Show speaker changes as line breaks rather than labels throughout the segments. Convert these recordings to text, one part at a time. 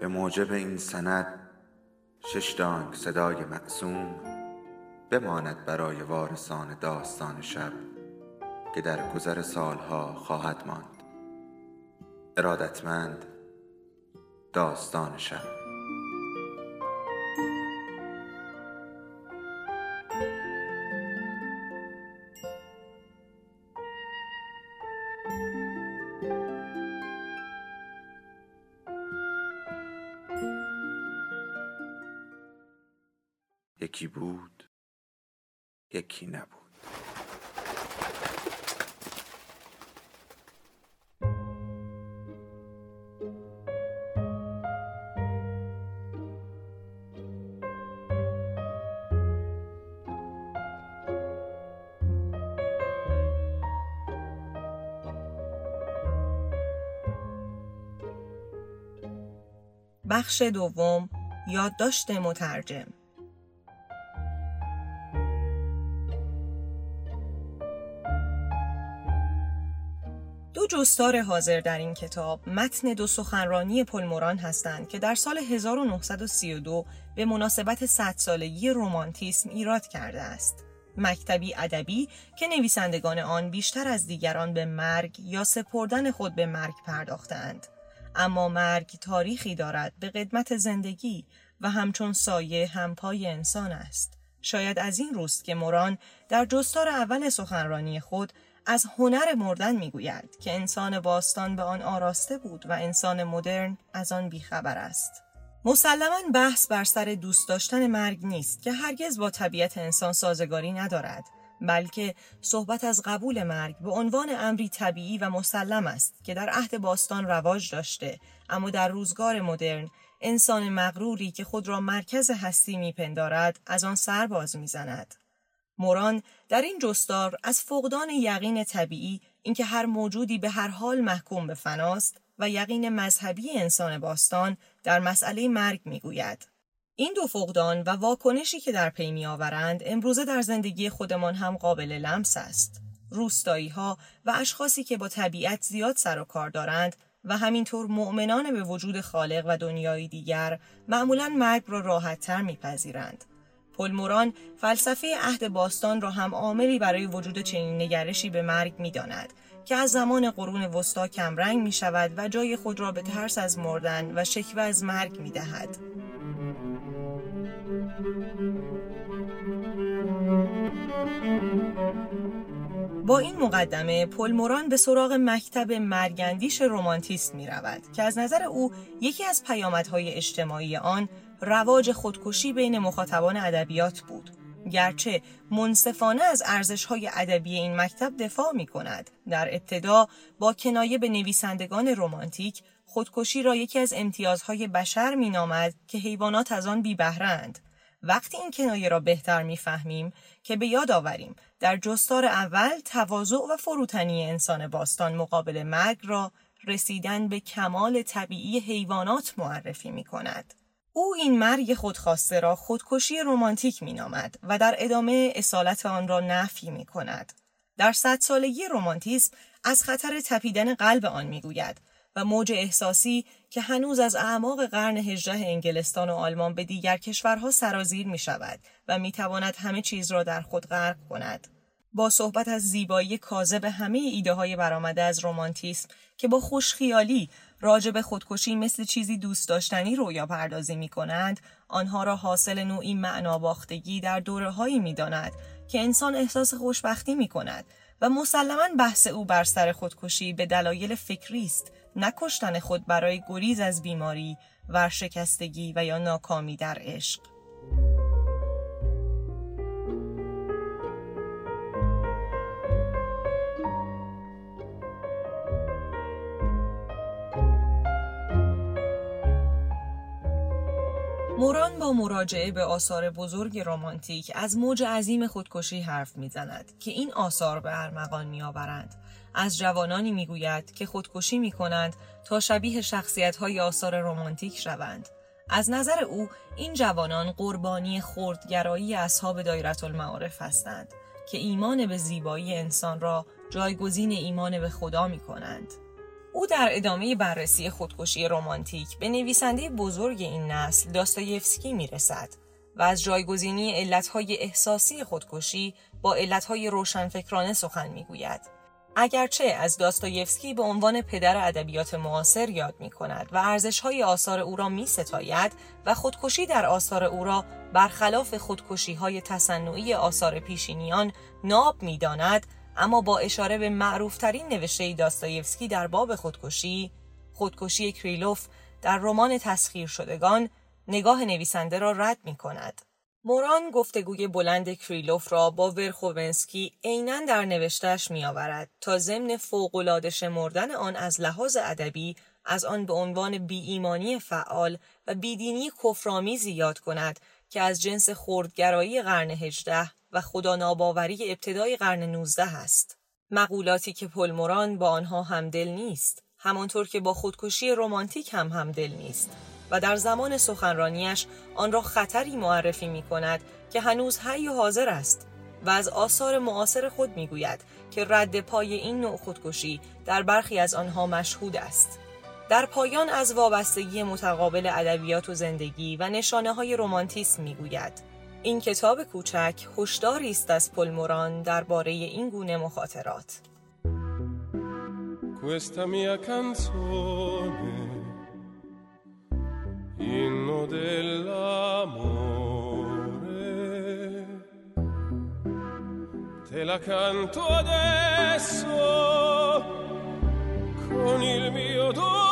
به موجب این سند 6 دانگ صدای معصوم بماند برای وارثان داستان شب که در گذر سالها خواهد ماند. ارادتمند، داستان شب. یکی بود، یکی نبود.
بخش دوم، یادداشت مترجم. دو جستار حاضر در این کتاب متن 2 سخنرانی پل موران هستند که در سال 1932 به مناسبت 100 سالگی رمانتیسم ایراد کرده است. مکتبی ادبی که نویسندگان آن بیشتر از دیگران به مرگ یا سپردن خود به مرگ پرداختند. اما مرگ تاریخی دارد به قدمت زندگی و همچون سایه همپای انسان است. شاید از این روست که موران در جستار اول سخنرانی خود از هنر مردن میگوید که انسان باستان به آن آراسته بود و انسان مدرن از آن بیخبر است. مسلماً بحث بر سر دوست داشتن مرگ نیست که هرگز با طبیعت انسان سازگاری ندارد، بلکه صحبت از قبول مرگ به عنوان امری طبیعی و مسلم است که در عهد باستان رواج داشته، اما در روزگار مدرن انسان مغروری که خود را مرکز هستی میپندارد از آن سر باز میزند. موران در این جستار از فقدان یقین طبیعی، اینکه هر موجودی به هر حال محکوم به فناست، و یقین مذهبی انسان باستان در مسئله مرگ میگوید. این دو فقدان و واکنشی که در پی میآورند امروزه در زندگی خودمان هم قابل لمس است. روستایی‌ها و اشخاصی که با طبیعت زیاد سر و کار دارند و همینطور مؤمنان به وجود خالق و دنیای دیگر معمولاً مرگ را راحت‌تر میپذیرند. پل موران فلسفه عهد باستان را هم عاملی برای وجود چنین نگرشی به مرگ می‌داند که از زمان قرون وسطی کمرنگ می‌شود و جای خود را به ترس از مردن و شکوه از مرگ می‌دهد. با این مقدمه پل موران به سراغ مکتب مرگندیش رمانتیسم می‌رود که از نظر او یکی از پیامدهای اجتماعی آن رواج خودکشی بین مخاطبان ادبیات بود. گرچه منصفانه از ارزش‌های ادبی این مکتب دفاع می‌کند، در ابتدا با کنایه به نویسندگان رمانتیک خودکشی را یکی از امتیازهای بشر می‌نامد که حیوانات از آن بی‌بهره‌اند. وقتی این کنایه را بهتر می‌فهمیم که به یاد آوریم در جستار اول تواضع و فروتنی انسان باستان مقابل مرگ را رسیدن به کمال طبیعی حیوانات معرفی می‌کند. او این مرگ خودخواسته را خودکشی رمانتیک می‌نامد و در ادامه اصالت آن را نفی می‌کند. در 100 سالگی رمانتیسم از خطر تپیدن قلب آن می‌گوید و موج احساسی که هنوز از اعماق قرن 18 انگلستان و آلمان به دیگر کشورها سرازیر می‌شود و می‌تواند همه چیز را در خود غرق کند. با صحبت از زیبایی کاذب همه ایده‌های برآمده از رمانتیسم که با خوشخیالی راجع به خودکشی مثل چیزی دوست داشتنی رویا پردازی می‌کنند، آنها را حاصل نوعی معناباختگی در دوره‌هایی می‌داند که انسان احساس خوشبختی می‌کند و مسلماً بحث او بر سر خودکشی به دلایل فکری است، نه کشتن خود برای گریز از بیماری، ورشکستگی و یا ناکامی در عشق. موران با مراجعه به آثار بزرگ رمانتیک از موج عظیم خودکشی حرف می‌زند که این آثار به ارمغان می‌آورند. از جوانانی می‌گوید که خودکشی می‌کنند تا شبیه شخصیت‌های آثار رمانتیک شوند. از نظر او این جوانان قربانی خردگرایی اصحاب دایره المعارف هستند که ایمان به زیبایی انسان را جایگزین ایمان به خدا می‌کنند. او در ادامه بررسی خودکشی رمانتیک به نویسنده بزرگ این نسل داستایفسکی میرسد و از جایگزینی علتهای احساسی خودکشی با علتهای روشنفکرانه سخن میگوید. اگرچه از داستایفسکی به عنوان پدر ادبیات معاصر یاد می‌کند و ارزش‌های آثار او را می‌ستاید و خودکشی در آثار او را برخلاف خودکشی‌های تصنعی آثار پیشینیان ناب می‌داند، اما با اشاره به معروف‌ترین نوشته داستایفسکی در باب خودکشی کریلوف در رمان تسخیر شدگان، نگاه نویسنده را رد می‌کند. موران گفتگوی بلند کریلوف را با ورخوونسکی عیناً در نوشته‌اش می‌آورد تا ضمن فوق‌العاده شمردن آن از لحاظ ادبی از آن به عنوان بی‌ایمانی فعال و بیدینی کفرآمیزی یاد کند که از جنس خردگرایی قرن 18 و خداناباوری ابتدای قرن 19 است. مقولاتی که پل موران با آنها همدل نیست، همانطور که با خودکشی رمانتیک هم همدل نیست و در زمان سخنرانیش آن را خطری معرفی می کند که هنوز حی و حاضر است و از آثار معاصر خود می گوید که رد پای این نوع خودکشی در برخی از آنها مشهود است. در پایان از وابستگی متقابل ادبیات و زندگی و نشانه‌های رمانتیسم می گوید. این کتاب کوچک هشداری است از پل موران درباره این گونه مخاطرات.
Questa mia canzone inno dell'amore te la canto adesso con il mio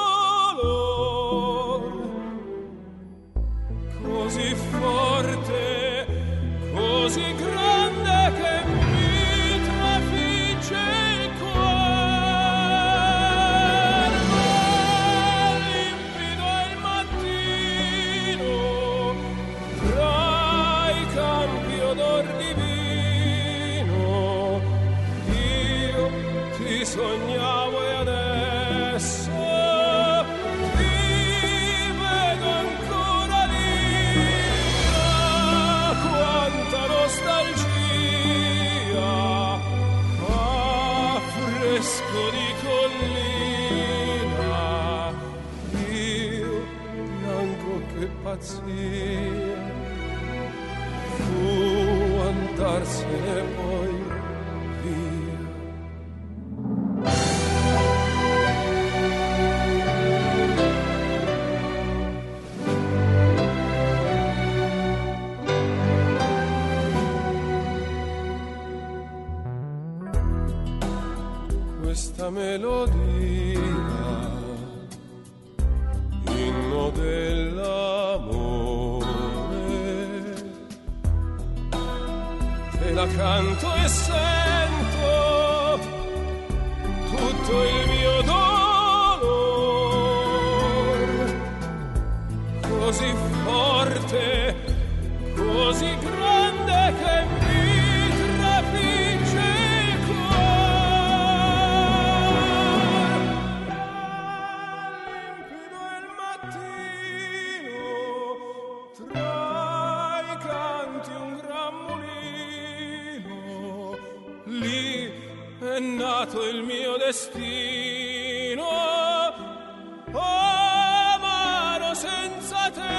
dolore così forte così grande che mi trafigge il cuore limpido il mattino tra i campi odor divino io ti sognavo e adesso ti vedo ancora lì quanta nostalgia fresco di collina io bianco che pazzia fu andarsene poi via. Questa melodia inno dell'amore te la canto e sento tutto il mio dolore così forte così grande che mi trafigge il cuore limpido il mattino tra i canti un gran mulino lì è nato il mio destino amaro senza te.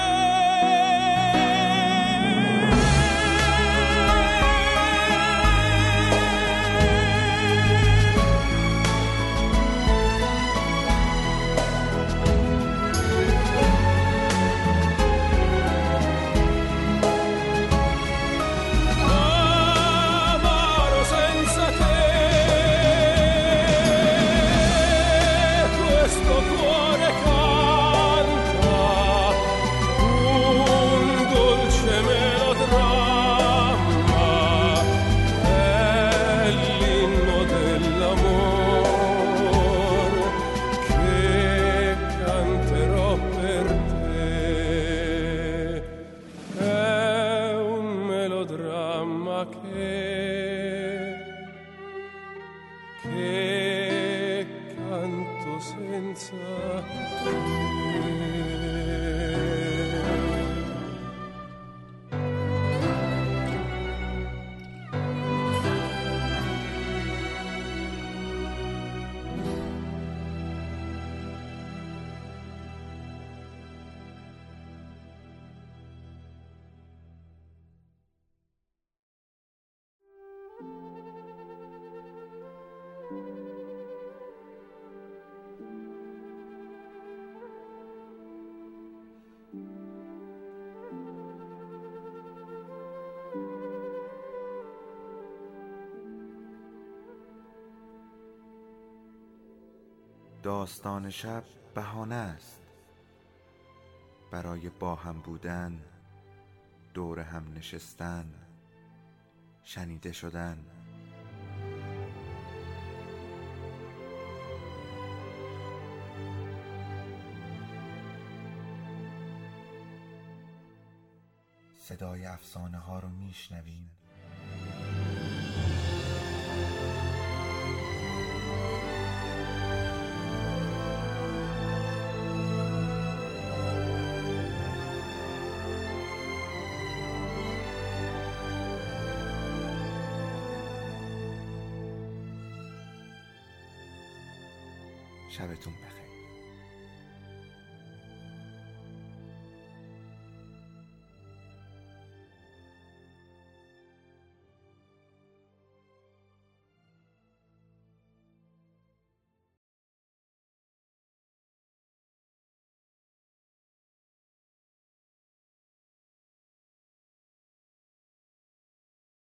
داستان شب بهانه است برای با هم بودن، دور هم نشستن، شنیده شدن. صدای افسانه ها رو میشنویم. شبتون بخیر.